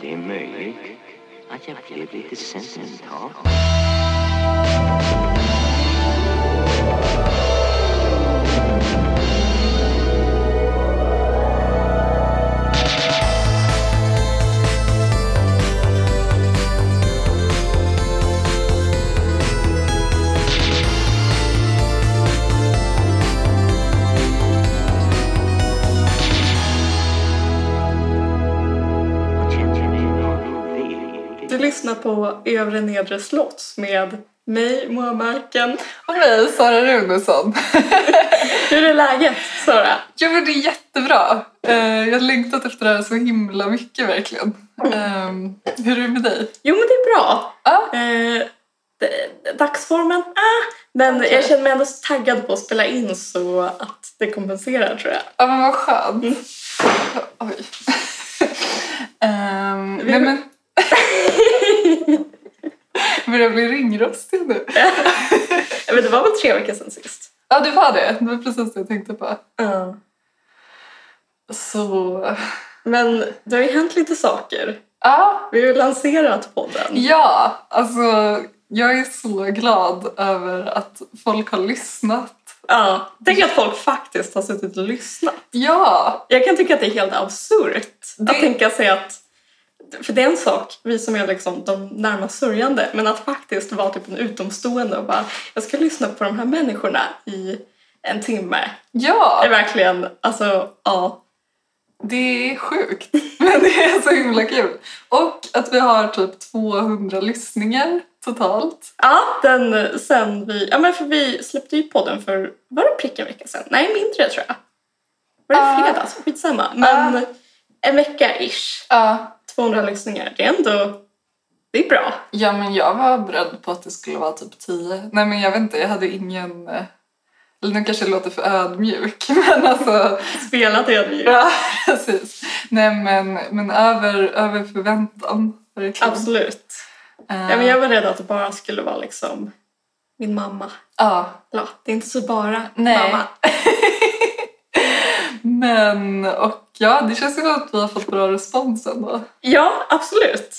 det är möjligt att jag blev lite sentimental. Du lyssnar på Övre Nedre Slotts med mig, Moa Marken. Och mig, Sara Runesson. Hur är läget, Sara? Jo, men det är jättebra. Jag har längtat efter det här så himla mycket, verkligen. Hur är det med dig? Jo, men det är bra. Ja. Dagsformen, men okay. Jag känner mig ändå taggad på att spela in så att det kompenserar, tror jag. Ja, men vad skönt. Oj. Nej, men... Börjar bli ringrostig nu. Men det var väl 3 veckor sedan sist? Ja, det var det. Det var precis det jag tänkte på. Så... Men det har ju hänt lite saker. Ja. Vi har ju lanserat podden. Ja, alltså jag är så glad över att folk har lyssnat. Ja, tänk att folk faktiskt har suttit och lyssnat. Ja. Jag kan tycka att det är helt absurt att tänka sig att... För det är en sak, vi som är liksom de närmast sörjande, men att faktiskt vara typ en utomstående och bara, jag ska lyssna på de här människorna i 1 timme. Ja. Det är verkligen, alltså, ja. Det är sjukt, men det är så himla kul. Och att vi har typ 200 lyssningar totalt. Ja, för vi släppte ju podden för, var det prick en vecka sedan? Nej, mindre tror jag. Var det fredags? Skitsamma. Men en vecka-ish. 200 lyssningar, det är ändå... Det är bra. Ja, men jag var beredd på att det skulle vara typ 10. Nej, men jag vet inte, jag hade ingen... Eller nu kanske det låter för ödmjuk, men alltså... Spelat ödmjuk. Ja, precis. Nej, men över förväntan. Verkligen. Absolut. Ja, men jag var rädd att det bara skulle vara liksom min mamma. Ja. Det är inte så bara Nej. mamma. Men, och ja, det känns ju att vi har fått bra respons ändå. Ja, absolut.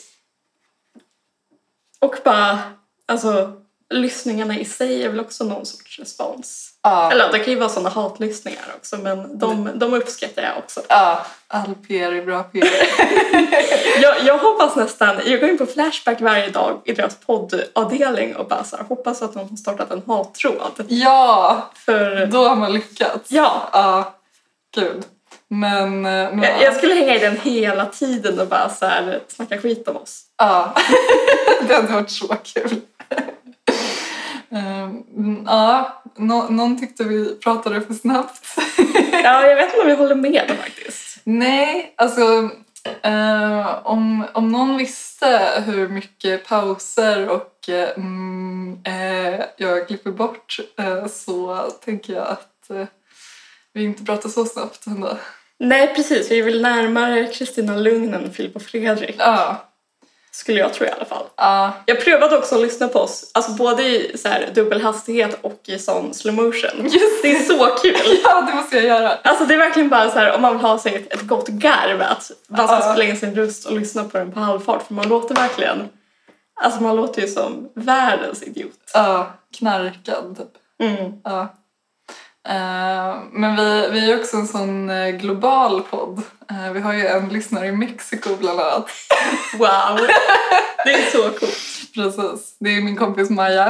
Och bara, alltså, lyssningarna i sig är väl också någon sorts respons. Ja. Eller det kan ju vara sådana hatlyssningar också, men de uppskattar jag också. Ja, all PR är bra PR. jag hoppas nästan, jag går in på Flashback varje dag i deras poddavdelning och bara så här, hoppas att de har startat en hattråd. Ja, för då har man lyckats. Ja. Gud. Men jag skulle hänga i den hela tiden och bara så här, snacka skit om oss. Ja, det hade varit så kul. Någon tyckte vi pratade för snabbt. Ja, jag vet inte om jag håller med dem faktiskt. Nej, alltså om någon visste hur mycket pauser och jag klipper bort så tänker jag att vi inte pratar så snabbt ändå. Nej, precis. Vi är väl närmare Kristina Lugn än Filip och Fredrik. Ja. Skulle jag tro i alla fall. Ja. Jag prövade också att lyssna på oss. Alltså både i så här dubbelhastighet och i sån slow motion. Just det är så kul. Ja, det måste jag göra. Alltså det är verkligen bara så här, om man vill ha sig ett gott garv, att man ska spela in sin röst och lyssna på den på halvfart. För man låter verkligen... Alltså man låter ju som världens idiot. Ja, knarkad typ. Ja. Men vi är också en sån global podd. Vi har ju en lyssnare i Mexiko bland annat. Wow, det är så coolt. Precis, det är min kompis Maja.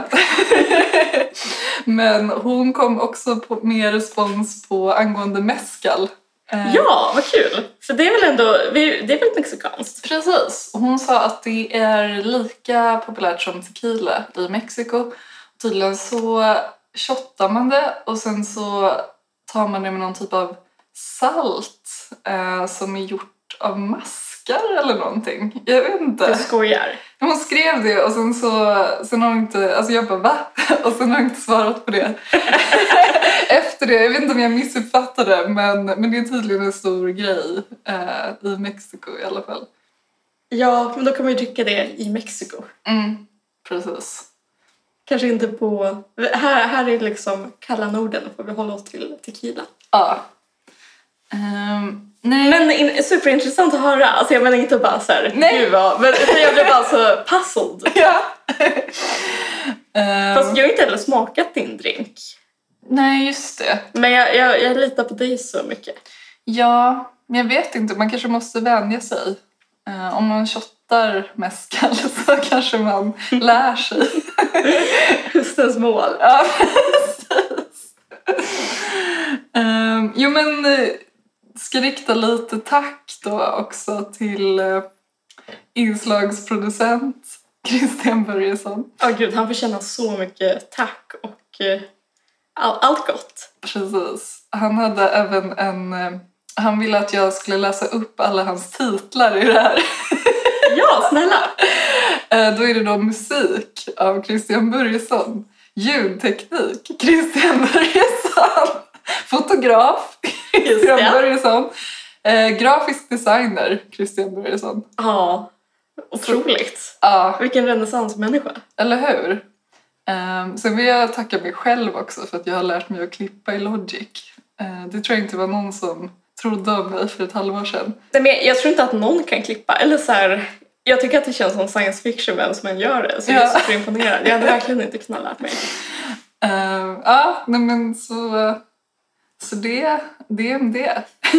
Men hon kom också på mer respons på angående mezcal. Ja, vad kul. För det är väl ändå, det är väl mexikanskt? Precis, hon sa att det är lika populärt som tequila i Mexiko. Tydligen så shottar man det och sen så tar man det med någon typ av salt som är gjort av maskar eller någonting. Jag vet inte. Du skojar. Hon skrev det och sen har hon inte... Alltså jag bara, va? Och sen har hon inte svarat på det. Efter det, jag vet inte om jag missuppfattade men det är tydligen en stor grej i Mexiko i alla fall. Ja, men då kan man ju dricka det i Mexiko. Precis. Kanske inte på... Här är liksom kalla Norden, får vi hålla oss till tequila. Ja. Nej. Men superintressant att höra. Alltså jag menar inte bara så här, Nej. gud vad, men jag blev bara så puzzled. Ja. Fast jag har inte heller smakat din drink. Nej, just det. Men jag litar på dig så mycket. Ja, men jag vet inte. Man kanske måste vänja sig. Om man shottar mezcal så kanske man lär sig. Höstens mål. Ja, precis. Jo, men ska rikta lite tack då också till inslagsproducent Christian Börjesson. Gud, han förtjänar så mycket tack och allt gott. Precis. Han hade även han ville att jag skulle läsa upp alla hans titlar i det här. Ja, snälla. Då är det då musik av Christian Börjesson. Ljudteknik, Christian Börjesson. Fotograf, Christian Börjesson. Grafisk designer, Christian Börjesson. Ja, otroligt. Ja. Vilken renässansmänniska. Eller hur? Sen vill jag tacka mig själv också för att jag har lärt mig att klippa i Logic. Det tror jag inte var någon som trodde om mig för ett halvår sedan. Nej, men jag tror inte att någon kan klippa. Eller så här, jag tycker att det känns som science fiction vem som än gör det. Så jag är superimponerad. Jag hade verkligen inte kunnat lärt mig. Ja, nej men så det om det.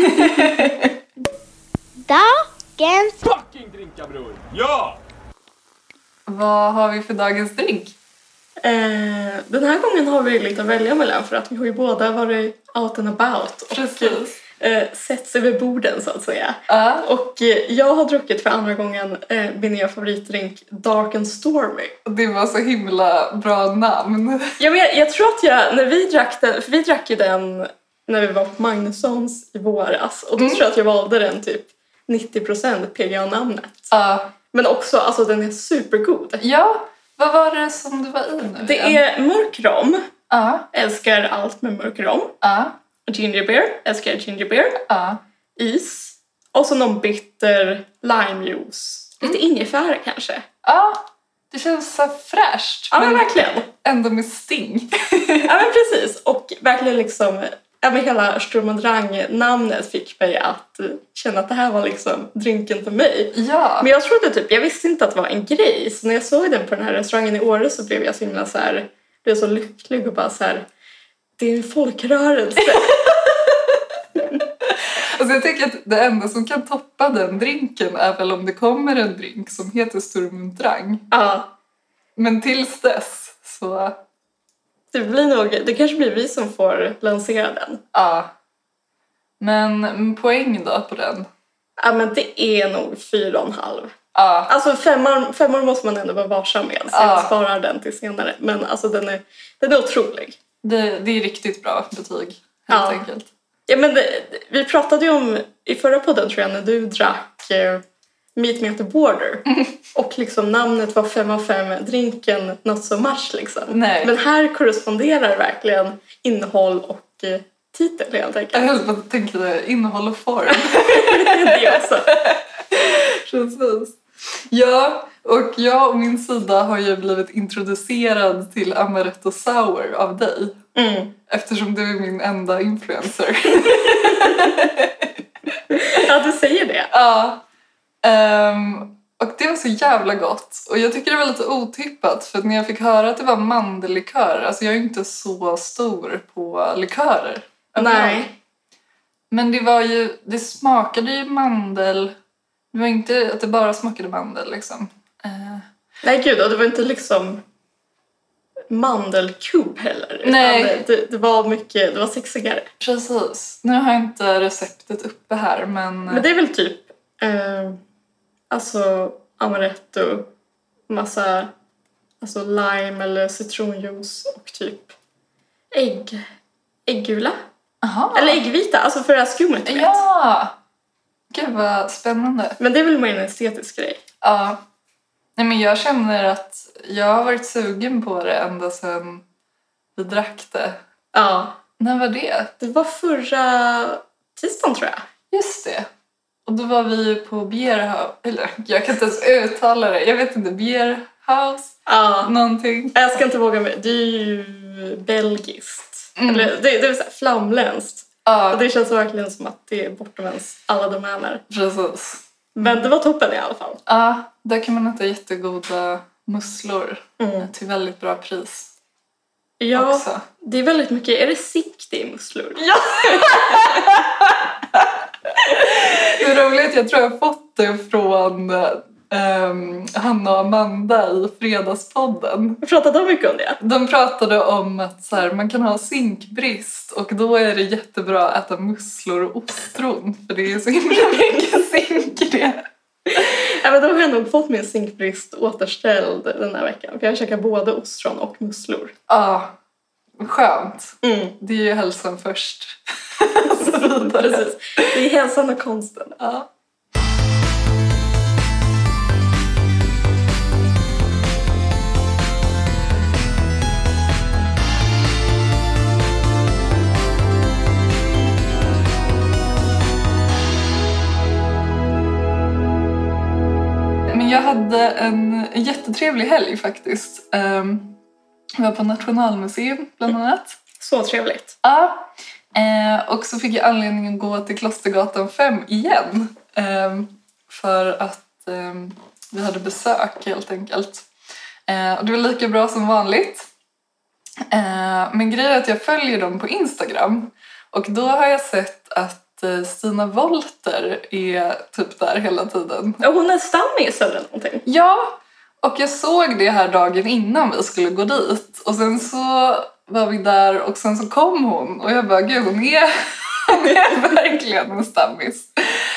Dagens Fucking drinka, bror! Ja! Vad har vi för dagens drink? Den här gången har vi lite att välja mellan för att vi har ju båda varit out and about och sett sig vid borden så att säga. Och jag har druckit för andra gången min nya favoritdrink Dark and Stormy. Det var så himla bra namn. Ja, men jag tror att när vi drack den, för vi drack ju den när vi var på Magnussons i våras och då tror jag att jag valde den typ 90% PGA-namnet. Men också, alltså den är supergod. Ja, vad var det som du var i nu? Det är mörk rom. Älskar allt med mörk rom. Ginger beer. Älskar ginger beer. Is. Och så någon bitter limejuice. Lite ingefära kanske. Ja, det känns så fräscht. Ja, men verkligen. Ändå med sting. Ja, men precis. Och verkligen liksom... Ja, men hela Sturm und Drang-namnet fick mig att känna att det här var liksom drinken för mig. Ja. Men jag trodde typ, jag visste inte att det var en grej. Så när jag såg den på den här restaurangen i Åre så blev jag så himla så här, blev så lycklig och bara så här, det är en folkrörelse. Alltså jag tänker att det enda som kan toppa den drinken är väl om det kommer en drink som heter Sturm und Drang. Ja. Men tills dess så... Det kanske blir vi som får lansera den. Ja. Men poäng då på den? Ja, men det är nog 4,5. Ja. Alltså femmor måste man ändå vara varsam med. Så jag sparar den till senare. Men alltså den är otrolig. Det är riktigt bra betyg, helt enkelt. Ja, men vi pratade ju om i förra podden tror jag när du drack Meet Me at the Border. Och liksom namnet var 5 av 5, drinken not so much liksom. Nej. Men här korresponderar verkligen innehåll och titel helt enkelt. Jag höll på att tänka innehåll och form. Det också. Precis. Ja, och jag och min sida har ju blivit introducerad till Amaretto Sour av dig. Eftersom du är min enda influencer. Ja, du säger det. Ja. Och det var så jävla gott. Och jag tycker det var lite otippat. För när jag fick höra att det var mandellikör. Alltså jag är inte så stor på likörer. Nej. Men det smakade ju mandel. Det var inte att det bara smakade mandel liksom. Nej gud, och det var inte liksom mandelkub heller. Nej. Det var mycket, det var sexigare. Precis. Nu har jag inte receptet uppe här men det är väl typ alltså amaretto, massa alltså lime eller citronjuice och typ äggula. Aha. Eller äggvita, alltså för det här skummet. Ja! Gud vad spännande. Men det är väl mer en estetisk grej. Ja. Nej men jag känner att jag har varit sugen på det ända sedan vi drack det. Ja. När var det? Det var förra tisdagen tror jag. Just det. Och då var vi på Bierhouse. Eller jag kan inte ens uttala det. Jag vet inte. Bierhouse? Ja. Någonting. Jag ska inte våga mig. Det är ju belgiskt. Eller det är så här flamländskt. Och det känns verkligen som att det är bortom ens alla domäner. Precis. Men det var toppen i alla fall. Ja, där kan man äta jättegoda musslor till väldigt bra pris. Ja, också. Det är väldigt mycket. Är det zink det i musslor? Ja! Det är roligt, jag tror jag har fått det från Hanna och Amanda i Fredagspodden. Pratade de mycket om det? De pratade om att så här, man kan ha zinkbrist och då är det jättebra att äta musslor och ostron för det är så himla mycket zink i det. Ja, men då har jag nog fått min zinkbrist återställd den här veckan. För jag käkar både ostron och musslor. Ja, skönt. Det är ju hälsan först. Precis. Det är hälsan och konsten. Ja. Men jag hade en jättetrevlig helg faktiskt. Jag var på Nationalmuseum bland annat. Så trevligt. Ja. Och så fick jag anledning att gå till Klostergatan 5 igen. För att vi hade besök helt enkelt. Och det var lika bra som vanligt. Men grejen är att jag följer dem på Instagram. Och då har jag sett att Stina Wolter är typ där hela tiden. Och hon är stammis eller någonting. Ja, och jag såg det här dagen innan vi skulle gå dit. Och sen så var vi där och sen så kom hon. Och jag bara, gud hon är verkligen en stammis.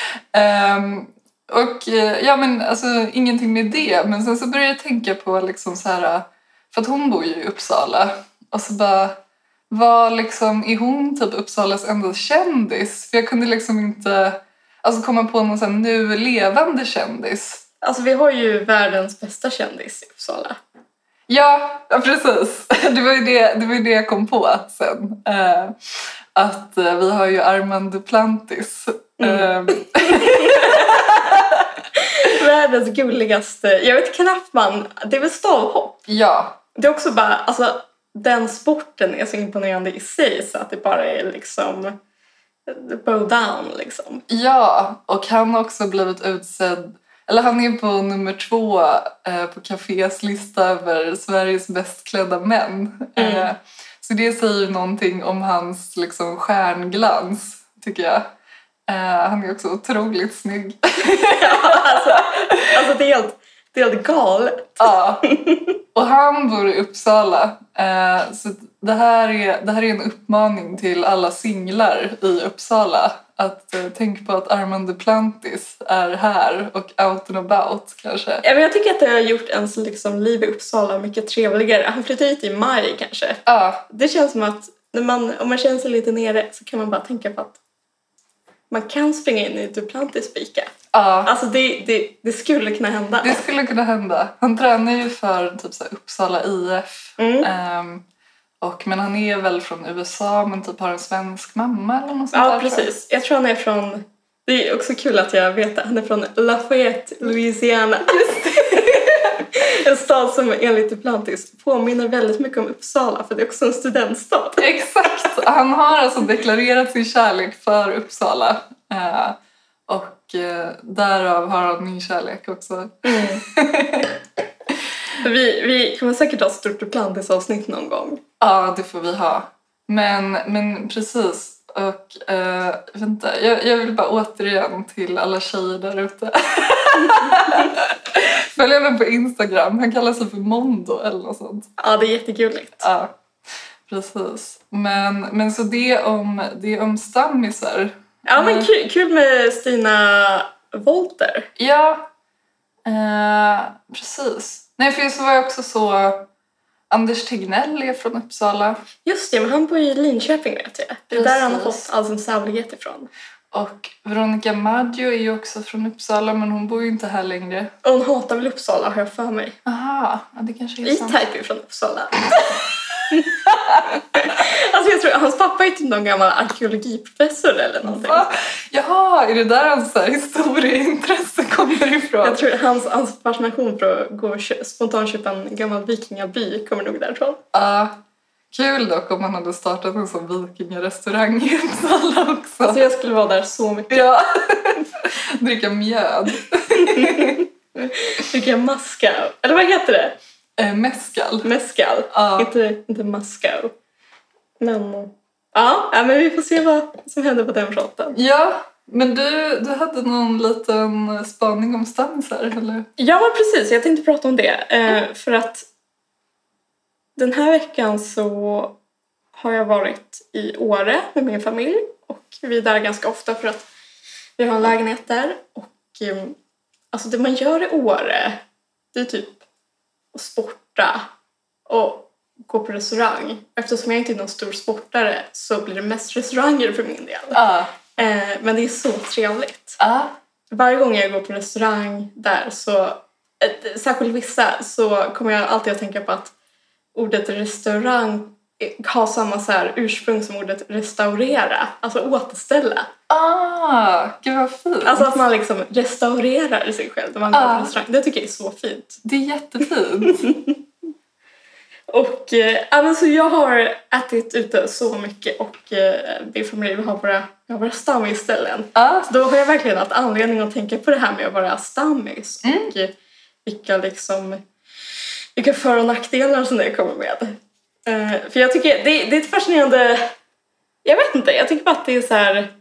Och ja men alltså ingenting med det. Men sen så började jag tänka på liksom så här. För att hon bor ju i Uppsala. Och så bara, vad liksom, är hon typ Uppsalas enda kändis? För jag kunde liksom inte komma på någon sån nu levande kändis. Alltså vi har ju världens bästa kändis i Uppsala. Ja, precis. Det var ju det jag kom på sen. Att vi har ju Armand Duplantis. Världens gulligaste. Jag vet knappt det är väl stavhopp. Ja. Det är också bara, alltså den sporten är så imponerande i sig så att det bara är liksom bow down liksom. Ja, och han har också blivit utsedd, eller han är på nummer 2 på Cafés lista över Sveriges bäst klädda män. Så det säger ju någonting om hans liksom stjärnglans, tycker jag. Han är också otroligt snygg. alltså det är helt galet. Ja, och han bor i Uppsala. Så det här är en uppmaning till alla singlar i Uppsala. Att tänk på att Armand Duplantis är här och out and about kanske. Ja, men jag tycker att det har gjort ens liksom liv i Uppsala mycket trevligare. Han flyttar hit i maj kanske. Ja. Det känns som att om man känner sig lite nere så kan man bara tänka på att man kan springa in i Duplantis fika. Ja. Alltså det skulle kunna hända. Det skulle kunna hända. Han tränar ju för typ så här Uppsala IF. Men han är väl från USA men typ har en svensk mamma eller något sånt där. Ja, precis. Jag tror han är från... Det är också kul att jag vet att han är från Lafayette, Louisiana. Just det. En stad som enligt Duplantis påminner väldigt mycket om Uppsala för det är också en studentstad. Exakt. Han har alltså deklarerat sin kärlek för Uppsala. Och därav har han min kärlek också. Vi kommer säkert ha ett stort Duplantis-avsnitt någon gång. Ja, det får vi ha. Men precis. Och vänta, jag vill bara återigen till alla tjejer där ute. Följ honom på Instagram. Han kallar sig för Mondo eller något sånt. Ja, det är jättegulligt. Ja, precis. Men så det om stammisar. Ja, men kul med Stina Wolter. Ja, precis. Nej, för så var jag också så... Anders Tegnell är från Uppsala. Just det, men han bor i Linköping vet jag. Det är där han har fått all sin sävlighet ifrån. Och Veronica Maggio är ju också från Uppsala, men hon bor ju inte här längre. Och hon hatar väl Uppsala, har jag för mig. Aha, ja, det kanske är sant. E-Type är från Uppsala. Alltså jag tror hans pappa är typ någon gammal arkeologiprofessor eller någonting. Va? Jaha, är det där hans historieintresse kommer ifrån? Jag tror hans fascination för att gå och spontant köpa en gammal vikingaby kommer nog därifrån. Ja, Kul dock om man hade startat en sån vikingarestaurang i Uppsala också. Alltså jag skulle vara där så mycket. Ja. Dricka mjöd. Dricka Moscow. Eller vad heter det? Mezcal. Mezcal. Ja. Inte Moscow. Men ja, men vi får se vad som händer på den fronten. Ja, men du hade någon liten spaning om stammisar, eller? Ja, men precis. Jag tänkte prata om det. För att den här veckan så har jag varit i Åre med min familj. Och vi är där ganska ofta för att vi har en lägenhet där. Och alltså det man gör i Åre, det är typ att sporta och gå på restaurang. Eftersom jag inte är någon stor sportare så blir det mest restauranger för min del. Men det är så trevligt. Varje gång jag går på restaurang där så, särskilt vissa, så kommer jag alltid att tänka på att ordet restaurang har samma så här ursprung som ordet restaurera. Alltså återställa. Gud vad fint. Alltså att man liksom restaurerar sig själv när man går på restaurang. Det tycker jag är så fint. Det är jättefint. Och men så jag har ätit ute så mycket och min familj har våra stammisställen. Så då har jag verkligen haft anledning att tänka på det här med att vara stammis. Och vilka för- och nackdelar som det kommer med. För jag tycker det är ett fascinerande... Jag vet inte, jag tycker bara att det är så här...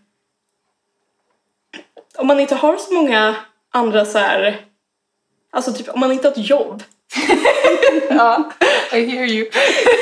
Om man inte har så många andra så här... Alltså typ om man inte har ett jobb. Ja, I hear you.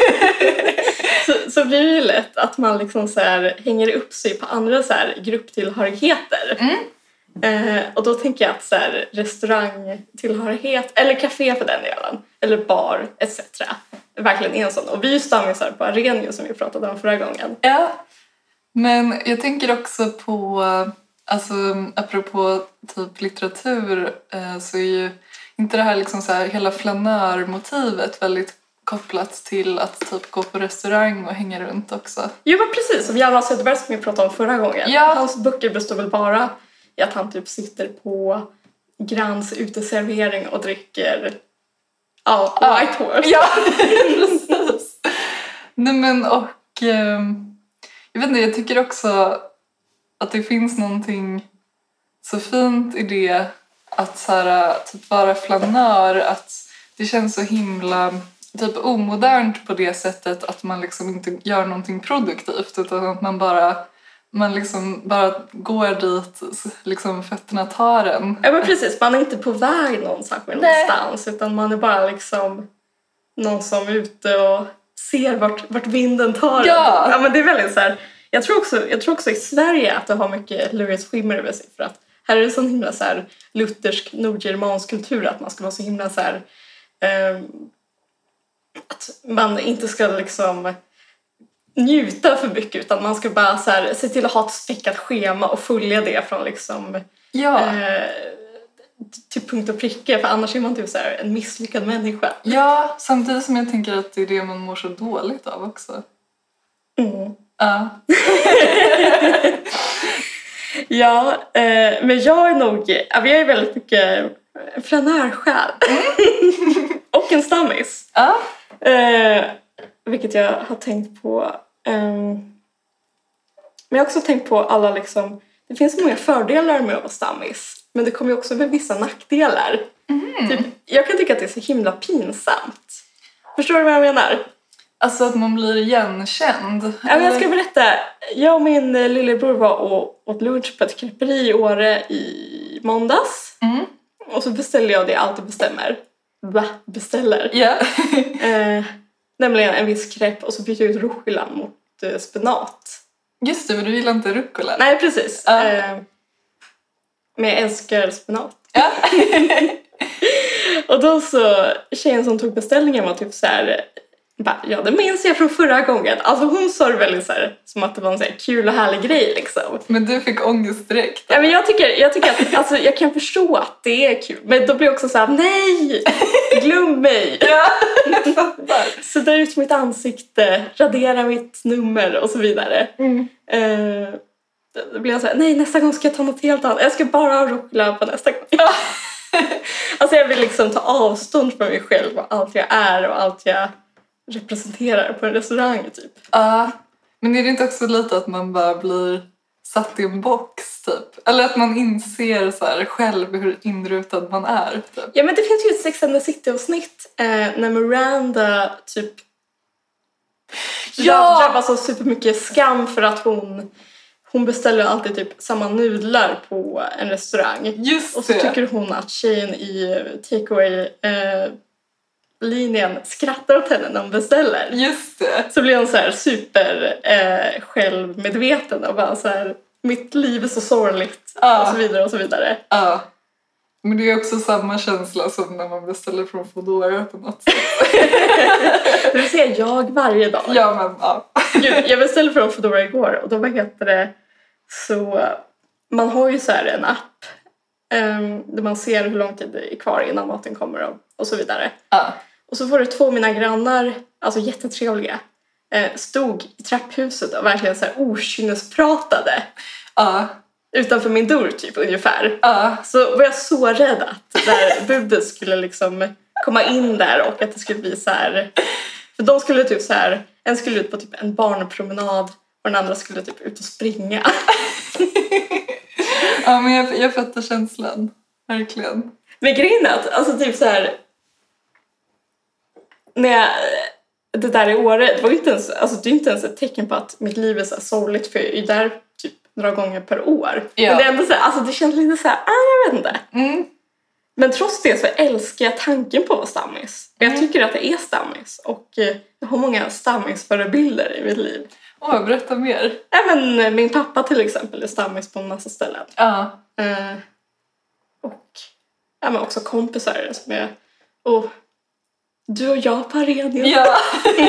så blir det ju lätt att man liksom så här hänger upp sig på andra så här grupptillhörigheter. Och då tänker jag att så här restaurangtillhörighet, eller café för den delen, eller bar, etc. verkligen är en sån. Och vi är ju stammisar på Arenio som vi pratade om förra gången. Ja, men jag tänker också på, alltså apropå typ litteratur, så är ju inte det här liksom så här hela flanörmotivet väldigt kopplat till att typ gå på restaurang och hänga runt också. Jo, men precis. Som Hjalmar Söderberg som vi pratade om förra gången. Ja. Hans böcker består väl bara i att han typ sitter på Grands uteservering och dricker White Horse. Ja, precis. Nej men och jag vet inte, jag tycker också att det finns någonting så fint i det att så här, typ vara flanör, att det känns så himla typ omodernt på det sättet att man liksom inte gör någonting produktivt utan att man liksom bara går dit liksom fötterna tar en. Ja, men precis, man är inte på väg någonstans utan man är bara liksom någon som är ute och ser vart vinden tar en. Ja, men det är väldigt så här. Jag tror också i Sverige att det har mycket Louis skimmer över sig för att här är det sån himla så här luthersk nordgermansk kultur att man ska vara så himla så här att man inte ska liksom njuta för mycket utan man ska bara så här, se till att ha ett späckat schema och följa det från liksom till punkt och pricka, för annars är man typ så här en misslyckad människa. Ja, samtidigt som jag tänker att det är det man mår så dåligt av också. Ja. Ja, men jag är nog... Jag är väldigt mycket flanörsjäl. Och en stammis. Vilket jag har tänkt på. Men jag har också tänkt på alla liksom... Det finns så många fördelar med att vara stammis. Men det kommer ju också med vissa nackdelar. Typ, jag kan tycka att det är så himla pinsamt. Förstår du vad jag menar? Alltså att man blir igenkänd. Ja, jag ska berätta. Jag och min lillebror var och åt lunch på ett kryperi i Åre i måndags. Och så beställde jag det jag alltid beställer. Ja. Nämligen en viss krepp och så bytte jag ut rucolan mot spenat. Just det, men du gillar inte rucola. Nej, precis. Men jag älskar spenat. Ja. Och då så, tjejen som tog beställningen var typ så här... Ja, det minns jag från förra gången. Alltså hon sa det väldigt så här, som att det var en så här kul och härlig grej liksom. Men du fick ångest direkt. Ja, men jag tycker att alltså, jag kan förstå att det är kul. Men då blir jag också så här: nej! Glöm mig! Ja, jag fattar. Sudda ut mitt ansikte, radera mitt nummer och så vidare. Då blir jag så här: nej, nästa gång ska jag ta något helt annat. Jag ska bara ha rucola på nästa gång. Alltså jag vill liksom ta avstånd från mig själv och allt jag är och allt jag representerar på en restaurang typ. Ja, men är det inte också lite att man bara blir satt i en box typ? Eller att man inser så här själv hur inrutad man är typ? Ja, men det finns ju ett Sex and the City-avsnitt när Miranda typ drabbas av supermycket skam för att hon beställer alltid typ samma nudlar på en restaurang. Just och så det. tycker hon att tjejen i takeaway linjen skrattar åt henne när hon beställer. Just det. Så blir hon så här super självmedveten och bara så här, mitt liv är så sorgligt och så vidare och så vidare. Ja. Men det är också samma känsla som när man beställer från Foodora på något sätt. Det vill säga jag varje dag. Ja, men ja. Gud, jag beställde från Foodora igår och då heter det så man har ju så här en app där man ser hur lång tid det är kvar innan maten kommer och så vidare. Ja. Och så var det 2 av mina grannar, alltså jättetrevliga, stod i trapphuset och verkligen så här okynnespratade. Ja. Utanför min dörr typ ungefär. Ja. Så var jag så rädd att där budet skulle liksom komma in där och att det skulle bli så här. För de skulle typ så här, en skulle ut på typ en barnpromenad och den andra skulle typ ut och springa. Ja, men jag fattar känslan. Verkligen. Men grejen är att, alltså typ så här. Det där i Åre, det var inte ens, alltså det är inte ens ett tecken på att mitt liv är så här sorgligt för jag är där typ några gånger per år. Ja. Men det är ändå så här, alltså det känns lite så här, jag vet inte. Mm. Men trots det så älskar jag tanken på att vara stammis. Jag tycker att det är stammis och jag har många stammisförebilder i mitt liv. Berätta mer. Även min pappa till exempel är stammis på en massa ställen. Ja. Och men också kompisar som är... Och du och jag på arenan. Ja.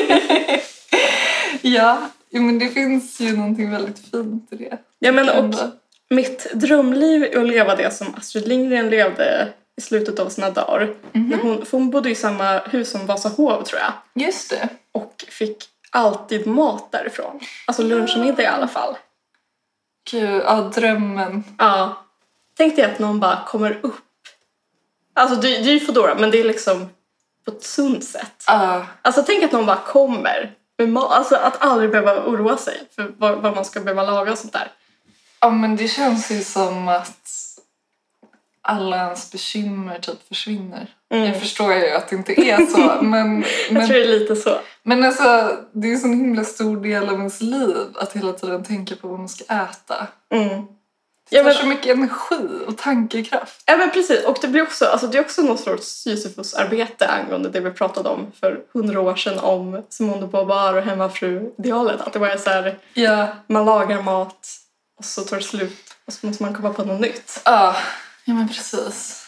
Ja, men det finns ju någonting väldigt fint i det. Ja, men och mitt drömliv är att leva det som Astrid Lindgren levde i slutet av sina dagar. När hon bodde i samma hus som Vasahov tror jag. Just det. Och fick alltid mat därifrån. Alltså lunch och middag i alla fall. Gud, ja, drömmen. Ja. Tänk dig att någon bara kommer upp. Alltså det är ju Foodora, men det är liksom på ett sunt sätt. Alltså tänk att någon bara kommer. Alltså att aldrig behöva oroa sig för vad man ska behöva laga och sånt där. Ja, men det känns ju som att alla ens bekymmer typ försvinner. Jag förstår ju att det inte är så. Men jag tror det är lite så. Men alltså, det är en sån himla stor del av ens liv att hela tiden tänka på vad man ska äta. Det tar så mycket energi och tankekraft. Ja, men precis. Och det blir också, alltså det är också någon sorts Sisyfos-arbete angående det vi pratade om för 100 år sedan om Simone de Beauvoir och hemmafru-idealet. Att det var så här, man lagar mat och så tar det slut och så måste man komma på något nytt. Ja, men precis.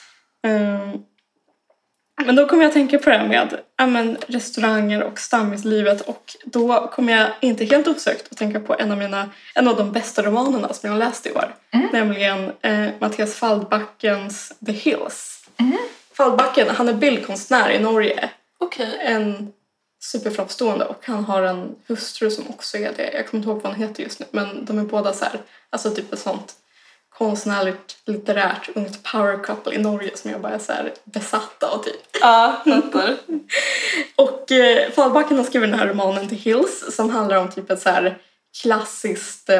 Men då kommer jag att tänka på det här med restauranger och stammislivet och då kommer jag inte helt osökt att tänka på en av de bästa romanerna som jag har läst i år. Nämligen Mattias Faldbackens The Hills. Faldbacken, han är bildkonstnär i Norge. Okay. En superframstående och han har en hustru som också är det. Jag kommer inte ihåg vad han heter just nu, men de är båda så här, alltså typ ett sånt konstnärligt, litterärt, ungt power couple i Norge som jag bara är så här besatta av typ. Ja, fattar. Och Faldbacken har skrivit den här romanen The Hills som handlar om typ ett så här klassiskt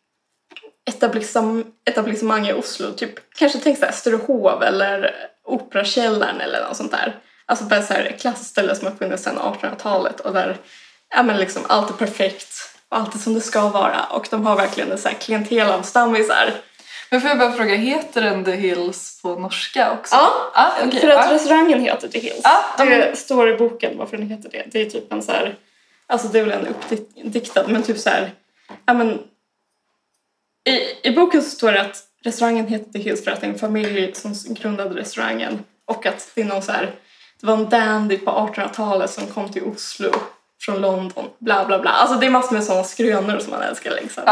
etablissemang i Oslo. Typ, kanske tänk så här Sturehov eller Operakällaren eller något sånt där. Alltså bara så här ett klassiskt ställe som har funnits sedan 1800-talet och där liksom allt är perfekt och allt är som det ska vara. Och de har verkligen en så här klientel av stammisar. Men får jag bara fråga, heter den The Hills på norska också? Ja, okay. För att restaurangen heter The Hills. Det står i boken varför den heter det. Det är typ en så här, alltså det är väl en uppdiktad, men typ så här, i boken så står det att restaurangen heter The Hills för att det är en familj som grundade restaurangen och att det är någon så här, det var en dandy på 1800-talet som kom till Oslo från London, bla bla bla. Alltså det är massor med sådana skrönor som man älskar liksom.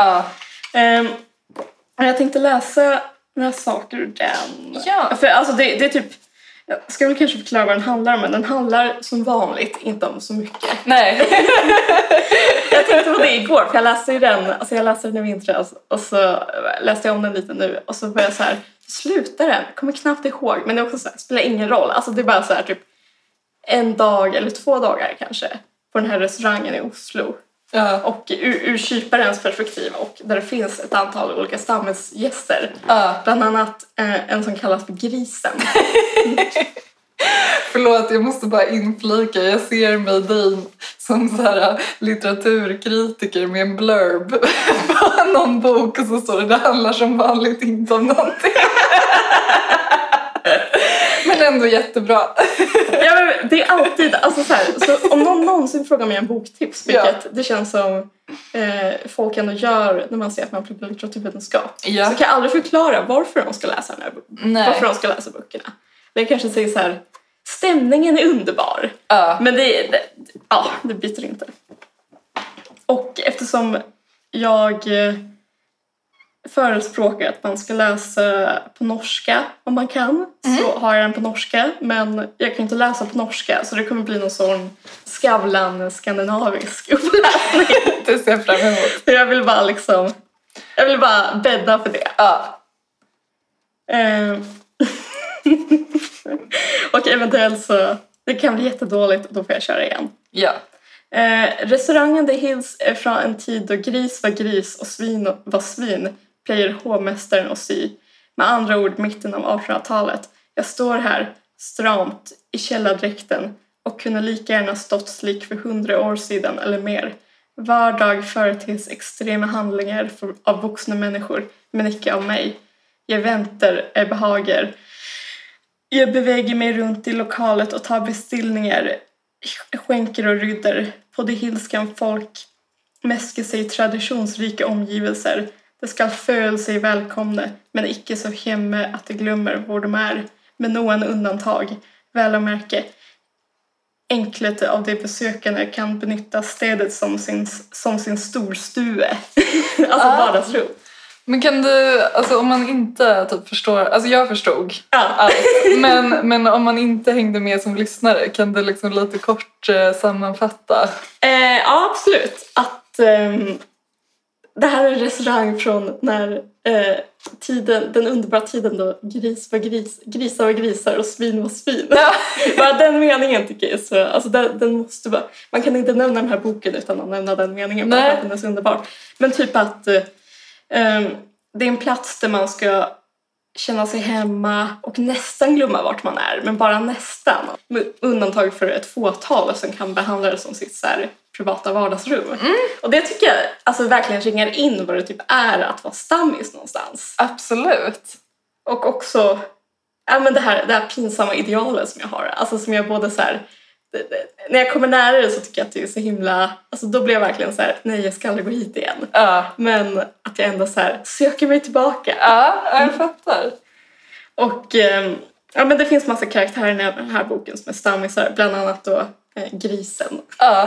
Jag tänkte läsa några saker ur den. Ja. För alltså det är typ, jag ska väl kanske förklara vad den handlar om, men den handlar som vanligt inte om så mycket. Nej. Jag tänkte på det igår, för jag läste ju den, alltså jag läste den i vintras och så läste jag om den lite nu och så var jag så här, slutar den? Jag kommer knappt ihåg, men det är också så här, spelar ingen roll. Alltså det är bara så här typ en dag eller 2 dagar kanske. på den här restaurangen i Oslo. Och ur kyparens perspektiv och där det finns ett antal olika stammesgäster. Bland annat en som kallas för Grisen. Förlåt, jag måste bara inflika. Jag ser mig dig som så här litteraturkritiker med en blurb på någon bok och så står det handlar som vanligt inte om någonting. Men ändå jättebra. Ja, men det är alltid, alltså så här, så om någon någonsin frågar mig en boktips, vilket det känns som folk ändå gör när man ser att man pluggar litteraturvetenskap, så kan jag aldrig förklara varför de ska läsa den här varför de ska läsa böckerna. Det kanske säger så här, stämningen är underbar, men det byter inte. Och eftersom jag förespråkar att man ska läsa på norska om man kan, så har jag den på norska, men jag kan inte läsa på norska så det kommer bli någon sån Skavlan skandinavisk uppläsning. Det ser jag fram emot. Jag vill bara bädda för det. Och eventuellt så det kan bli jättedåligt och då får jag köra igen. Restaurangen The Hills är från en tid då gris var gris och svin var svin, plejer hovmästaren och sy. Med andra ord mitten av 1800-talet. Jag står här stramt i källardräkten och kunde lika gärna stått slik för 100 år sedan eller mer. Var dag företes extrema handlingar av vuxna människor, men icke av mig. Jag väntar, är behager. Jag beväger mig runt i lokalet och tar bestillningar, skänker och rydder. På det Hills kan folk mäska sig i traditionsrika omgivelser. Det ska föl sig välkomna, men icke så hemme att de glömmer var de är. Med någon undantag, väl att märke. Enklet av de besökande kan benytta städet som sin storstue. Alltså vardagsrum. Men kan du, alltså om man inte typ förstår, alltså jag förstod allt, men om man inte hängde med som lyssnare, kan du liksom lite kort sammanfatta? Ja, absolut. Att det här är en restaurang från när den underbara tiden då gris var grisar var grisar och svin var svin. Bara den meningen tycker jag så, alltså den måste vara, man kan inte nämna den här boken utan att nämna den meningen, bara för att den är så underbar. Men typ att det är en plats där man ska känna sig hemma och nästan glömma vart man är, men bara nästan. Med undantag för ett fåtal som kan behandla det som sitt så här privata vardagsrum. Och det tycker jag alltså verkligen ringar in vad det typ är att vara stammis någonstans. Absolut. Och också men det här pinsamma idealet som jag har. Alltså som jag både så här, när jag kommer nära det så tycker jag att det är så himla, alltså då blir jag verkligen så här, nej jag ska aldrig gå hit igen. Men att jag ändå så här söker mig tillbaka. Jag fattar. Och men det finns massa karaktärer i den här boken som är stammisar, bland annat då Grisen.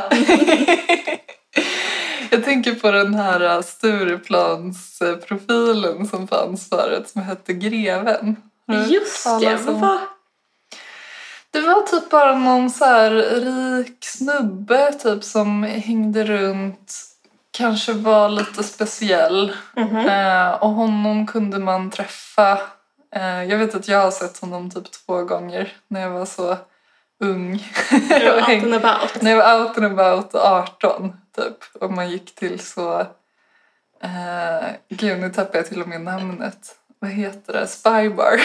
Jag tänker på den här Stureplansprofilen som fanns förut som hette Greven. Just det, vad var? Det var typ bara någon så här rik snubbe typ som hängde runt, kanske var lite speciell. Och honom kunde man träffa. Jag vet att jag har sett honom typ 2 gånger när jag var så ung. När jag var out and about. När jag var out and about 18 typ. Och man gick till så... Gud, nu tappar jag till och med namnet. Vad heter det? Spybar.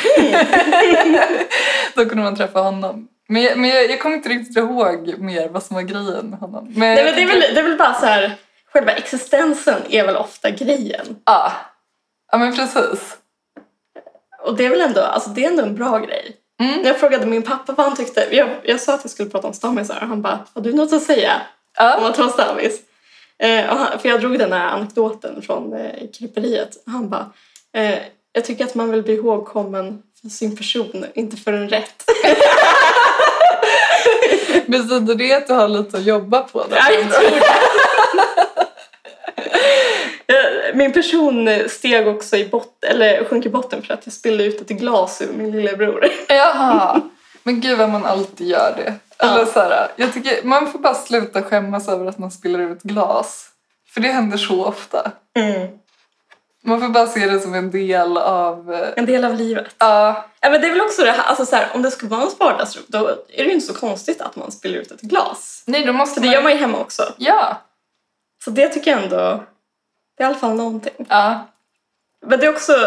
Då kunde man träffa honom. Men jag kommer inte riktigt ihåg mer vad som var grejen med honom. Men nej, men det är väl bara så här... Själva existensen är väl ofta grejen. Ja, men precis. Och det är väl ändå, alltså det är ändå en bra grej. När jag frågade min pappa vad han tyckte, jag sa att jag skulle prata om stammisar och han bara, har du något att säga om att vara stammis? För jag drog den här anekdoten från kryperiet. Han bara, jag tycker att man vill bli ihågkommen för sin person, inte för en rätt. Betyder det att du har lite att jobba på? Ja, jag tror det. Min person steg också i botten, eller sjönk i botten för att jag spillde ut ett glas ur min lillebror. Jaha, men gud vad man alltid gör det. Eller så här, jag tycker man får bara sluta skämmas över att man spiller ut glas. För det händer så ofta. Man får bara se det som en del av... En del av livet. Ja. Ja, men det är väl också det här, alltså så här, om det skulle vara en vardagsrum, då är det ju inte så konstigt att man spiller ut ett glas. Nej, då måste Så det gör man ju hemma också. Ja. Så det tycker jag ändå, det är i alla fall någonting. Ja. Men det är också,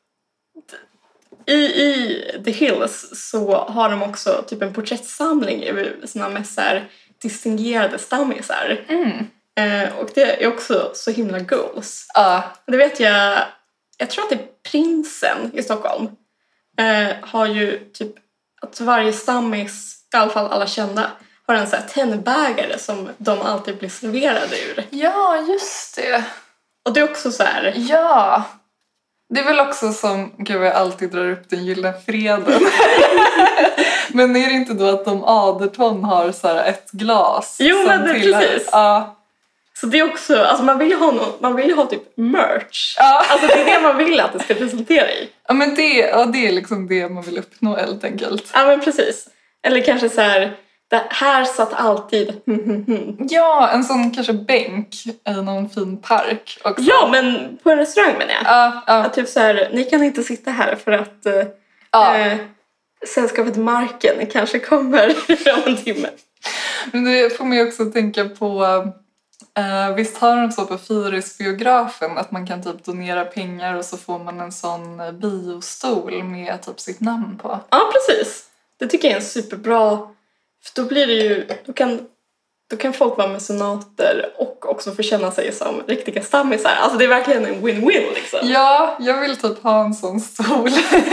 i The Hills så har de också typ en porträttsamling över sina mest så här distingerade stammisar. Och det är också så himla goals. Ja. Det vet jag tror att det är Prinsen i Stockholm. Har ju typ att varje stammis, i alla fall alla kända, har en så här tennbägare som de alltid blir serverade ur. Ja, just det. Och det är också så här... Ja. Det är väl också som, gud jag alltid drar upp den gyllene freden. Men är det inte då att de Aderton har så här ett glas? Jo, som men det tillhör? precis. Ja. Så det är också, alltså man vill ju ha typ merch. Ja. Alltså det är det man vill att det ska resultera i. Ja, men det är liksom det man vill uppnå helt enkelt. Ja, men precis. Eller kanske så här, det här satt alltid. Ja, en sån kanske bänk i någon fin park också. Ja, men på en restaurang menar jag. Ja. Att typ så här, ni kan inte sitta här för att sällskapet Marken kanske kommer om en timme. Men det får mig också tänka på... visst har de så på Fyrisbiografen att man kan typ donera pengar och så får man en sån biostol med typ sitt namn på. Ja, precis. Det tycker jag är en superbra... För då blir det ju... Då kan folk vara mecenater och också få känna sig som riktiga stammisar. Alltså det är verkligen en win-win liksom. Ja, jag vill typ ha en sån stol.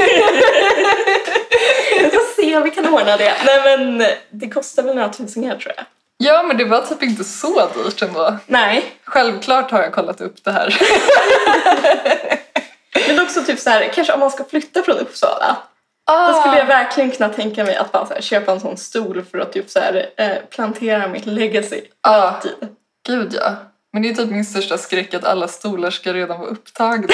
Vi får se om vi kan ordna det. Nej, men det kostar väl några tusingar tror jag. Ja, men det var typ inte så dyrt ändå. Nej. Självklart har jag kollat upp det här. Men också typ så här, kanske om man ska flytta från Uppsala. Då skulle jag verkligen kunna tänka mig att bara så här, köpa en sån stol för att typ så här, plantera mitt legacy. Alltid. Gud ja. Men det är typ min största skräck att alla stolar ska redan vara upptagna.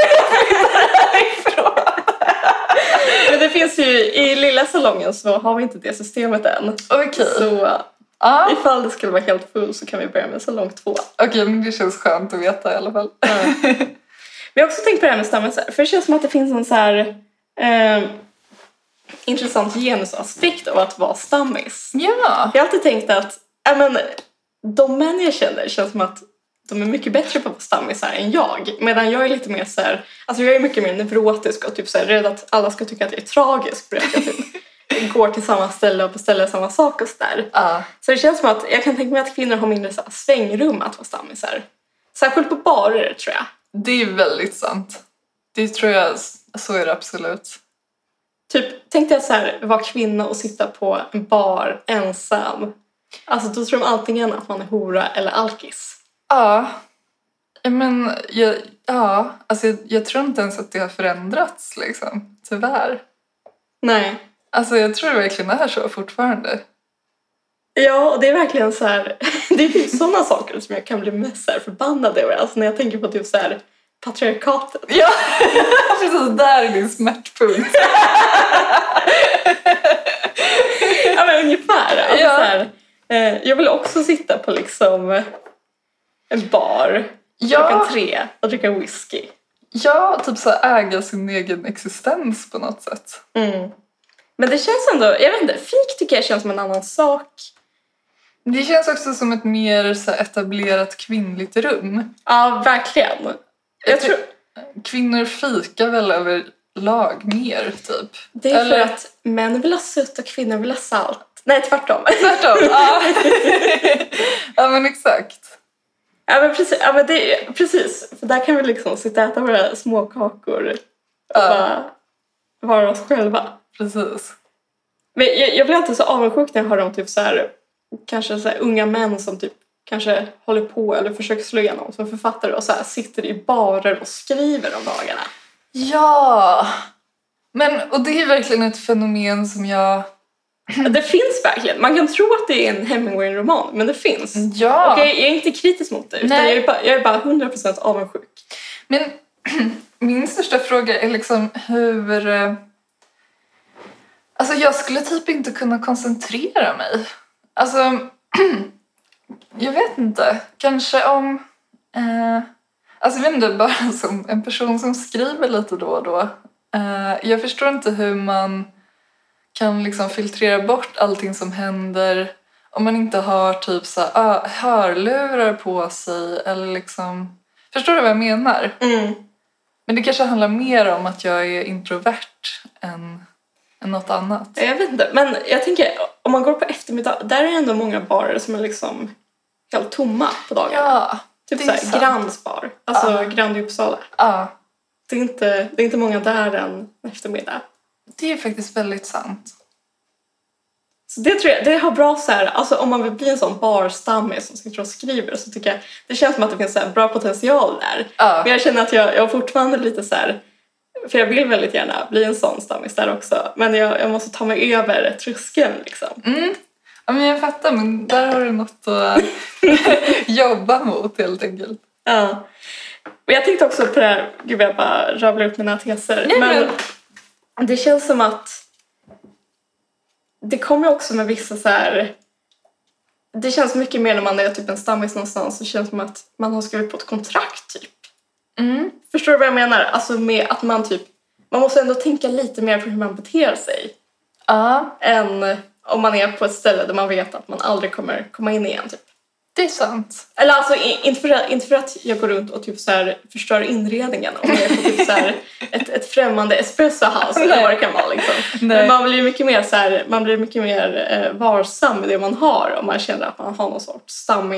Men det finns ju, i lilla salongen så har vi inte det systemet än. Okej. Så ifall det skulle vara helt full så kan vi börja med salong 2. Okej, men det känns skönt att veta i alla fall. Vi har också tänkt på det här med stammisar. För det känns som att det finns en så här intressant genusaspekt av att vara stammis. Ja. Jag har alltid tänkt att de män jag känner känns som att de är mycket bättre på att vara stammisar än jag. Medan jag är lite mer så här, alltså jag är mycket mer neurotisk och typ så här, rädd att alla ska tycka att jag är tragisk för att jag typ går till samma ställe och beställer samma sak och sådär. Så det känns som att jag kan tänka mig att kvinnor har mindre så här svängrum att vara stammisar. Särskilt på barer tror jag. Det är väldigt sant. Det tror jag, så är det absolut. Typ, tänkte jag så här, vara kvinna och sitta på en bar ensam. Alltså då tror de antingen att man är hora eller alkis. Ja. Men jag tror inte ens att det har förändrats liksom. Tyvärr. Nej. Alltså jag tror det verkligen är så fortfarande. Ja, och det är verkligen så här, det är typ sådana saker som jag kan bli mest så här förbannad över. Alltså när jag tänker på typ så här patriarkatet. Ja, precis, där är din smärtpunkt. Ja, men ungefär. Alltså, Ja. så här, jag vill också sitta på liksom en bar klockan 3 och dricka whisky. Ja, typ så här äga sin egen existens på något sätt. Men det känns ändå, jag vet inte, fik tycker jag känns som en annan sak. Det känns också som ett mer så här etablerat kvinnligt rum. Ja, verkligen. Jag tror Kvinnor fikar väl överlag mer, typ. det är för att män vill ha sött och kvinnor vill ha salt. Nej, tvärtom. Tvärtom, ja. Ja, men exakt. Ja, men precis. Ja, men precis. För där kan vi liksom sitta och äta våra små kakor och bara vara oss själva. Precis. Men jag blir alltid så avundsjuk när jag hör om typ så här, kanske så här unga män som typ kanske håller på eller försöker slå igenom som författare och så här sitter i barer och skriver om dagarna. Ja. Och det är verkligen ett fenomen som jag... Det finns verkligen. Man kan tro att det är en Hemingway-roman, men det finns. Ja. Och jag är inte kritisk mot det, utan jag är bara 100% avundsjuk. Men min största fråga är liksom hur... Alltså jag skulle typ inte kunna koncentrera mig. Alltså, jag vet inte. Kanske om... Alltså jag vet inte, bara som en person som skriver lite då och då. Jag förstår inte hur man kan liksom filtrera bort allting som händer om man inte har typ så här, hörlurar på sig eller liksom... Förstår du vad jag menar? Mm. Men det kanske handlar mer om att jag är introvert än något annat. Jag vet inte, men jag tänker om man går på eftermiddag, där är det ändå många barer som är liksom helt tomma på dagarna. Ja, typ det är såhär Grands bar, alltså Grand i Uppsala. Ja, Det är inte många där en eftermiddag. det är faktiskt väldigt sant. Så det tror jag, det har bra så här, alltså om man vill bli en sån barstammis som sitter och skriver, så tycker jag, det känns som att det finns så här bra potential där. Ja. Men jag känner att jag fortfarande lite så här, för jag vill väldigt gärna bli en sån stammis där också. Men jag måste ta mig över tröskeln liksom. Mm. Ja, men jag fattar, men där har du något att jobba mot helt enkelt. Ja. Och jag tänkte också på det här, gud jag bara rabblar upp mina teser. Nej, men det känns som att det kommer också med vissa så här. Det känns mycket mer när man är typ en stammis någonstans. Så känns det som att man har skrivit på ett kontrakt typ. Mm. Förstår du vad jag menar? Alltså med att man typ, man måste ändå tänka lite mer på hur man beter sig. Ja, Än om man är på ett ställe där man vet att man aldrig kommer komma in igen typ. det är sant. Eller alltså inte för att jag går runt och typ så här förstör inredningen om jag är på typ så här ett främmande espresso house eller vad det kan vara liksom. Men man blir mycket mer så här, man blir mycket mer varsam med det man har om man känner att man har någon sorts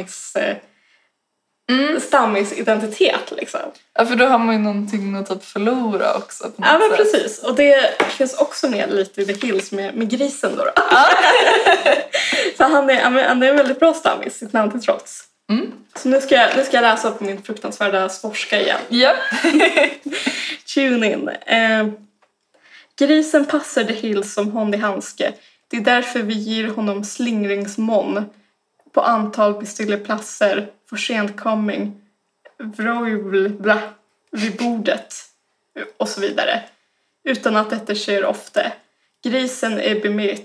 stammisidentitet liksom. Ja, för då har man ju någonting att typ förlora också på något Ja, men sätt. precis. Och det finns också med lite i The Hills med grisen då. För han är en väldigt bra stammis, sitt namn till trots. Mm. Så nu ska jag läsa på min fruktansvärda svorska igen. Ja. Tune in. Grisen passar The Hills som hond i handske. Det är därför vi ger honom slingringsmån på antal bestilleplatser, for sent coming, vrojbla vid bordet och så vidare. Utan att detta sker ofta. Grisen är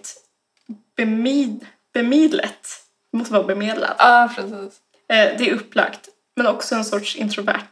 bemidlet. Det måste vara bemedlad. Ja, precis. Det är upplagt, men också en sorts introvert.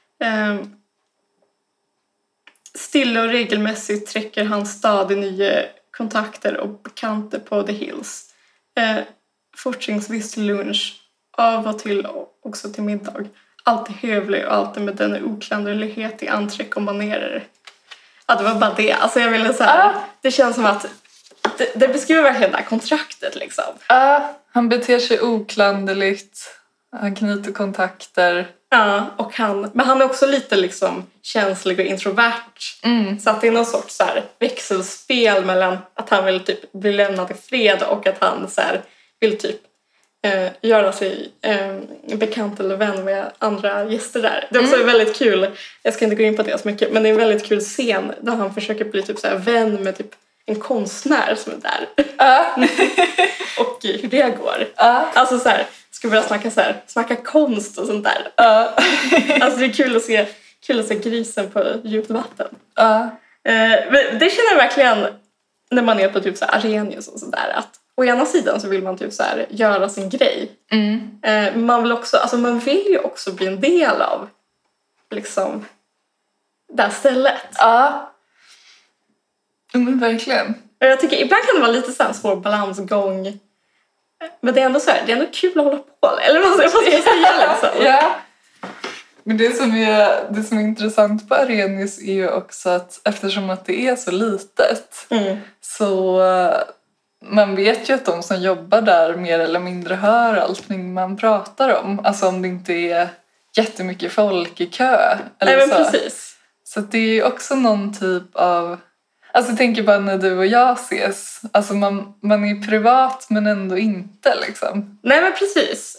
Stilla och regelmässigt träcker han stadig nya kontakter och bekanta på The Hills. Fortsättningsvis till lunch, av och till också till middag. Alltid hövlig och alltid med denna oklanderlighet i anträck och manerer. Ja, det var bara det. Alltså jag ville säga, det känns som att det beskriver verkligen det här kontraktet liksom. Han beter sig oklanderligt. Han knyter kontakter. Ja, men han är också lite liksom känslig och introvert. Mm. Så att det är någon sorts så här växelspel mellan att han vill typ bli lämnad i fred och att han så här vill typ göra sig bekant eller vän med andra gäster där. Det är också väldigt kul, jag ska inte gå in på det så mycket, men det är en väldigt kul scen där han försöker bli typ så här vän med typ en konstnär som är där. Och hur det går. Alltså så här, ska börja snacka konst och sånt där. Alltså det är kul att se grisen på djupt vatten. Men det känner jag verkligen när man är på typ så här Arrhenius och sådär, att å ena sidan så vill man typ så här göra sin grej. Man vill också, alltså man vill ju också bli en del av liksom det här stället. Ja. Men verkligen. Och jag tycker ibland kan det vara lite så här svår balansgång. Men det är ändå så här, det är ändå kul att hålla på. Eller vad ska jag säga liksom? Ja. Men det som är intressant på Arrhenius är ju också att eftersom att det är så litet så man vet ju att de som jobbar där mer eller mindre hör allting man pratar om. Alltså om det inte är jättemycket folk i kö. Eller Nej, men så. precis. Så det är ju också någon typ av... Alltså jag tänker bara när du och jag ses. Alltså man är privat men ändå inte liksom. Nej men precis.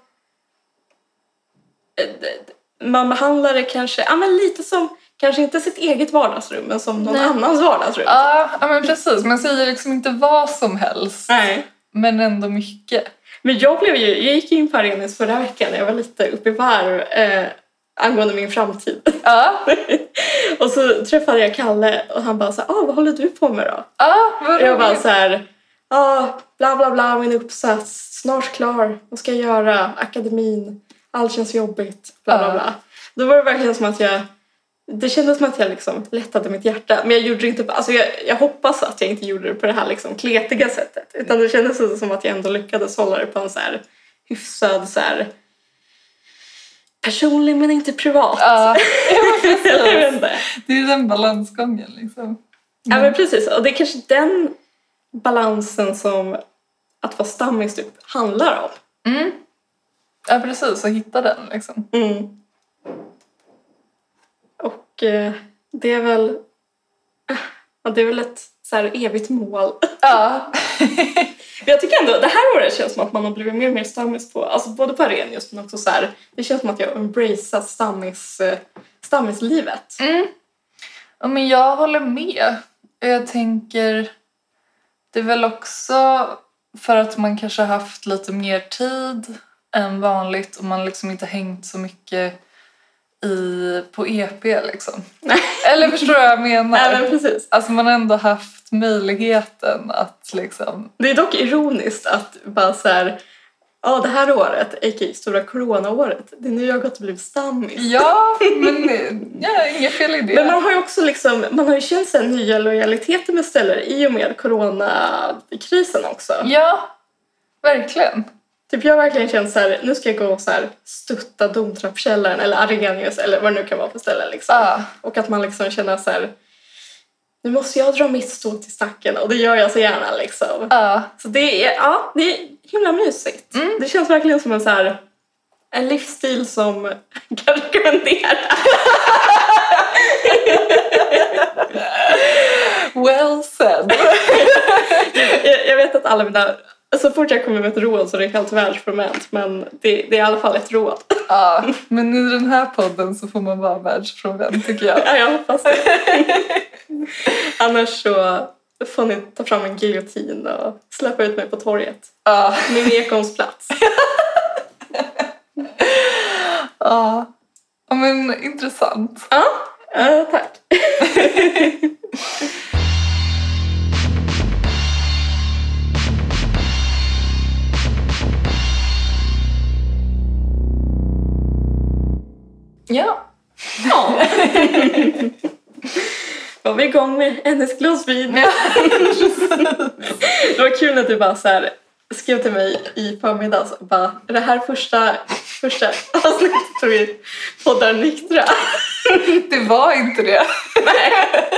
Man behandlar det kanske men lite som, kanske inte sitt eget vardagsrum men som någon annans vardagsrum. Ja men precis. Man säger liksom inte vad som helst. Nej. Men ändå mycket. Men jag gick in på Arrhenius förra veckan när jag var lite uppe i varv angående min framtid. Och så träffade jag Kalle och han bara så här, vad håller du på med då? Vad jag bara så här, bla bla bla, min uppsats, snart klar, vad ska jag göra, akademin, allt känns jobbigt, bla bla bla. Då var det verkligen som att det kändes som att jag liksom lättade mitt hjärta. Men jag gjorde det inte, alltså jag hoppas att jag inte gjorde det på det här liksom kletiga sättet. Utan det kändes som att jag ändå lyckades hålla det på en så här hyfsad så här personlig men inte privat. Ja, jag vet inte. Det är ju den balansgången liksom. Ja men precis, och det är kanske den balansen som att vara stammis typ handlar om. Mm. Ja precis, så hitta den liksom. Mm. Och det är väl ett så här evigt mål. Ja. Men jag tycker ändå, det här året känns som att man har blivit mer och mer stammis på, alltså både på arenan just men också så här, det känns som att jag embracear stammislivet. Mm. Ja, men jag håller med. Jag tänker, det är väl också för att man kanske har haft lite mer tid än vanligt och man liksom inte hängt så mycket på EP liksom. Eller förstår du vad jag menar? Ja, men precis. Alltså man har ändå haft möjligheten att liksom... Det är dock ironiskt att bara så här, det här året, a.k.a. stora coronaåret, det är nu jag har gått och blivit stammis. Ja, men inget fel i det. Men man har ju också liksom, man har ju känt sig nya lojaliteter med ställen i och med coronakrisen också. Ja, verkligen. Typ jag har verkligen känt så här, nu ska jag gå och så här stötta Domtrappkällaren eller Arrhenius eller vad det nu kan vara för ställen liksom. Och att man liksom känner så här, nu måste jag dra mitt stå till stacken och det gör jag så gärna liksom. Så det är himla mysigt. Mm. Det känns verkligen som en livsstil som kan rekommendera. Well said. jag vet att alla mina, så fort jag kommer med ett råd så är det helt världsfrånvänt, men det är i alla fall ett råd. Ja, men i den här podden så får man vara världsfrånvänt tycker jag. Ja, jag hoppas det. Annars så får ni ta fram en giljotin och släppa ut mig på torget. Min Ekholmsplats. Ja, men intressant. Ja, tack. Ja. Var vi igång med hennes glasvin. Ja. Det var kul att du bara så här skrev till mig i förmiddags och bara, är det här första avsnittet tror vi poddar nyktra? Det var inte det. Nej.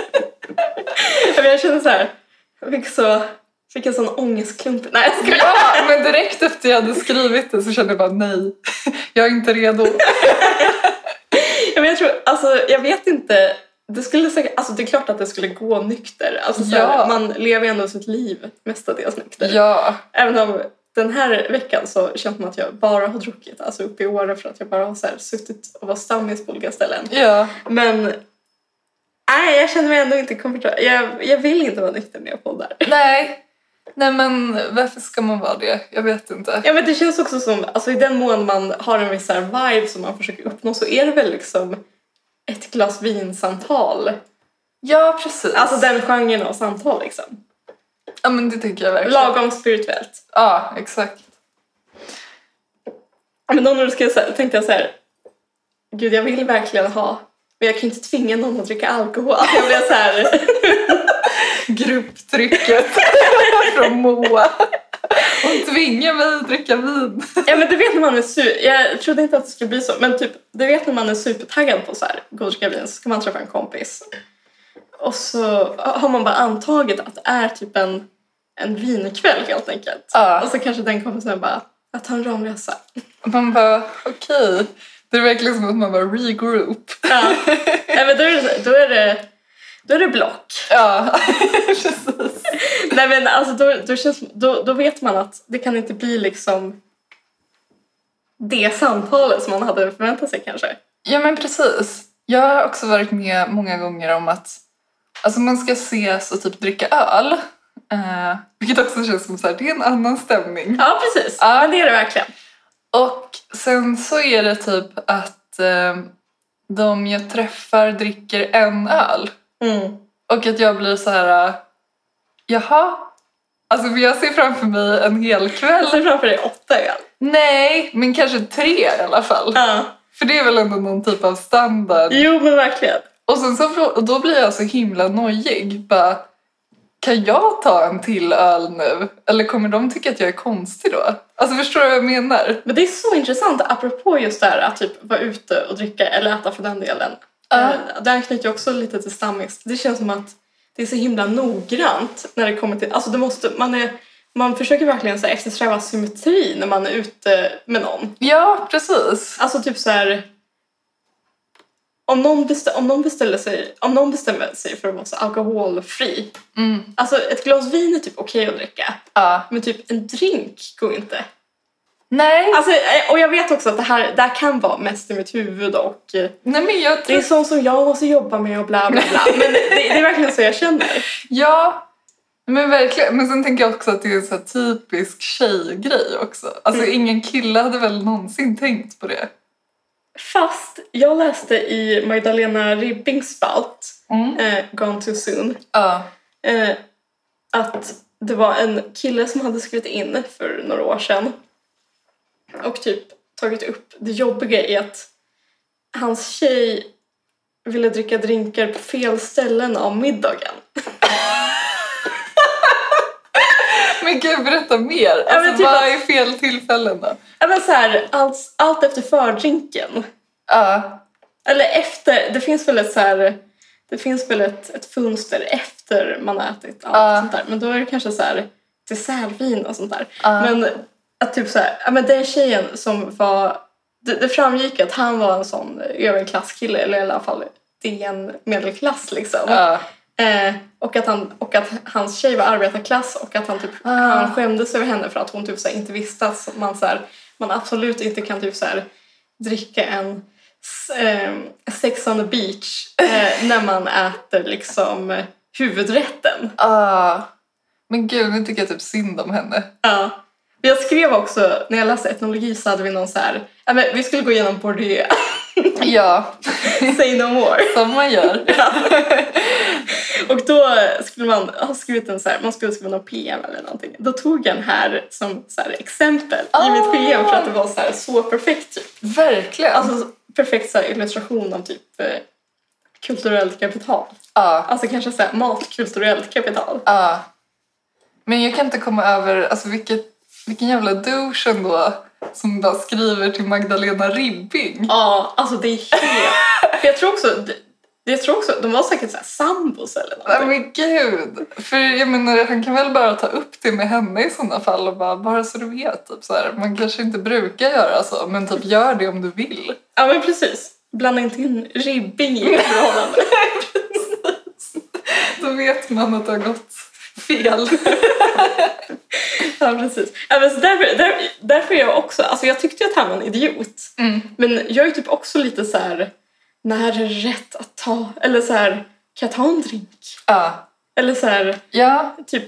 Jag kände så här, fick en sån ångestklump. Nej, jag skojar. Ja, men direkt efter jag hade skrivit det så kände jag bara nej, jag är inte redo. Men jag tror, alltså jag vet inte, det skulle säkert, alltså det är klart att det skulle gå nykter. Alltså så här, man lever ju ändå sitt liv mestadels nykter. Ja. Även om den här veckan så känns det att jag bara har druckit, alltså uppe i åren för att jag bara har så här suttit och var stammis på olika ställen. Ja. Men nej, jag känner mig ändå inte komfortabel. Jag vill inte vara nykter när jag poddar. Nej, men varför ska man vara det? Jag vet inte. Ja, men det känns också som, alltså i den mån man har en viss här vibe som man försöker uppnå så är det väl liksom ett glas vinsamtal. Ja, precis. Alltså den genren av samtal liksom. Ja, men det tycker jag verkligen. Lagom spirituellt. Ja, exakt. Men då när du ska säga, tänkte jag så här, gud jag vill verkligen ha, men jag kan inte tvinga någon att dricka alkohol. Jag blev så här grupptrycket från Moa. Hon tvingar mig att dricka vin. Ja, men du vet när man är jag trodde inte att det skulle bli så, men typ, du vet när man är supertaggad på så här, gå och dricka vin, så ska man träffa en kompis. Och så har man bara antagit att det är typ en vinkväll helt enkelt. Och så kanske den kompisen bara, jag tar en ramresa. Man bara, okej. Det är verkligen som att man bara regroup. Ja, men då är det block. Ja, precis. Nej, men alltså då vet man att det kan inte bli liksom det samtalet som man hade förväntat sig kanske. Ja, men precis. Jag har också varit med många gånger om att alltså man ska ses och typ dricka öl. Vilket också känns som så här, det är en annan stämning. Ja, precis. Ja, det är det verkligen. Och sen så är det typ att de jag träffar dricker en öl. Mm. Och att jag blir så här, jaha. Alltså för jag ser framför mig en hel kväll. Jag ser framför dig 8 öl. Nej, men kanske 3 i alla fall. För det är väl ändå någon typ av standard. Jo, men verkligen. Och sen och då blir jag så himla nojig. Bara, kan jag ta en till öl nu? Eller kommer de tycka att jag är konstig då? Alltså förstår du vad jag menar? Men det är så intressant apropå just det här att typ vara ute och dricka eller äta för den delen. Det anknyter ju också lite till stammis. Det känns som att det är så himla noggrant när det kommer till... Alltså det måste... Man försöker verkligen så här eftersträva symmetri när man är ute med någon. Ja, precis. Alltså typ så här... Om någon bestämmer sig för att vara så alkoholfri. Alltså ett glas vin är typ okej att dricka. Men typ en drink går inte. Nej. Alltså, och jag vet också att det här kan vara mest i mitt huvud och nej, men det är sånt som jag måste jobba med och bla bla bla. Men det är verkligen så jag känner. Ja, men verkligen. Men sen tänker jag också att det är en så här typisk tjejgrej också. Alltså ingen kille hade väl någonsin tänkt på det. Fast jag läste i Magdalena Ribbings spalt Gone Too Soon att det var en kille som hade skrivit in för några år sedan och typ tagit upp det jobbiga i att hans tjej ville dricka drinkar på fel ställen av middagen. Men gud, berätta mer. Alltså, typ vad är fel tillfällen då? Ja, men så här, allt efter fördrinken. Eller efter, det finns väl ett fönster efter man har ätit allt sånt där. Men då är det kanske så här dessertvin och sånt där. Men att typ så här, ja, men den tjejen som var, det framgick att han var en sån överklasskille, eller i alla fall DN medelklass liksom. Och att hans tjej var arbetarklass och att han skämdes över henne för att hon typ så här inte visste att man absolut inte kan typ så här dricka en Sex on the Beach när man äter liksom huvudrätten. Men gud, nu tycker jag typ synd om henne. Jag skrev också, när jag läste etnologi så hade vi någon så här, vi skulle gå igenom Bourdieu. Ja. Say no more. Som man gör. Och då skulle man ha skrivit man skulle skriva någon PM eller någonting. Då tog jag den här som så här exempel i mitt PM för att det var så perfekt typ. Verkligen. Alltså perfekt så här illustration av typ kulturellt kapital. Alltså kanske så här matkulturellt kapital. Men jag kan inte komma över, alltså vilken jävla douche ändå som bara skriver till Magdalena Ribbing. Alltså det är helt... Jag tror också, de var säkert så här sambos eller något. Nej men gud. För jag menar, han kan väl bara ta upp det med henne i sådana fall och bara så du vet. Typ så här. Man kanske inte brukar göra så, men typ gör det om du vill. Ja men precis. Blanda inte in Ribbing i förhållande. Precis. Då vet man att det har gått fel. Ja precis. Ja, men så därför är jag också, alltså jag tyckte att han var en idiot. Men jag är typ också lite så här, när är det rätt att ta, eller så här, kan jag ta en drink? Eller så här, typ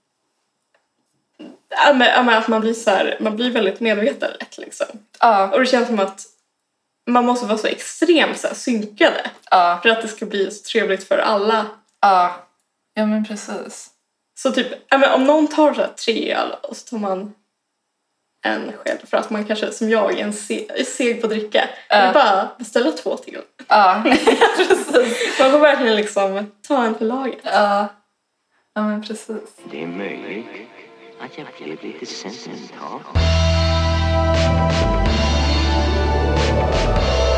att man blir så här, man blir väldigt medveten lätt liksom. Och det känns som att man måste vara så extremt så här, synkade för att det ska bli så trevligt för alla. Ja men precis. Så typ, om någon tar så här 3 öl och så tar man en själv för att man kanske, som jag, är seg på att dricka. Eller bara beställa 2 till. Precis. Man får verkligen liksom ta en för laget. Ja men precis. Det är möjligt att jag blev lite sentimental.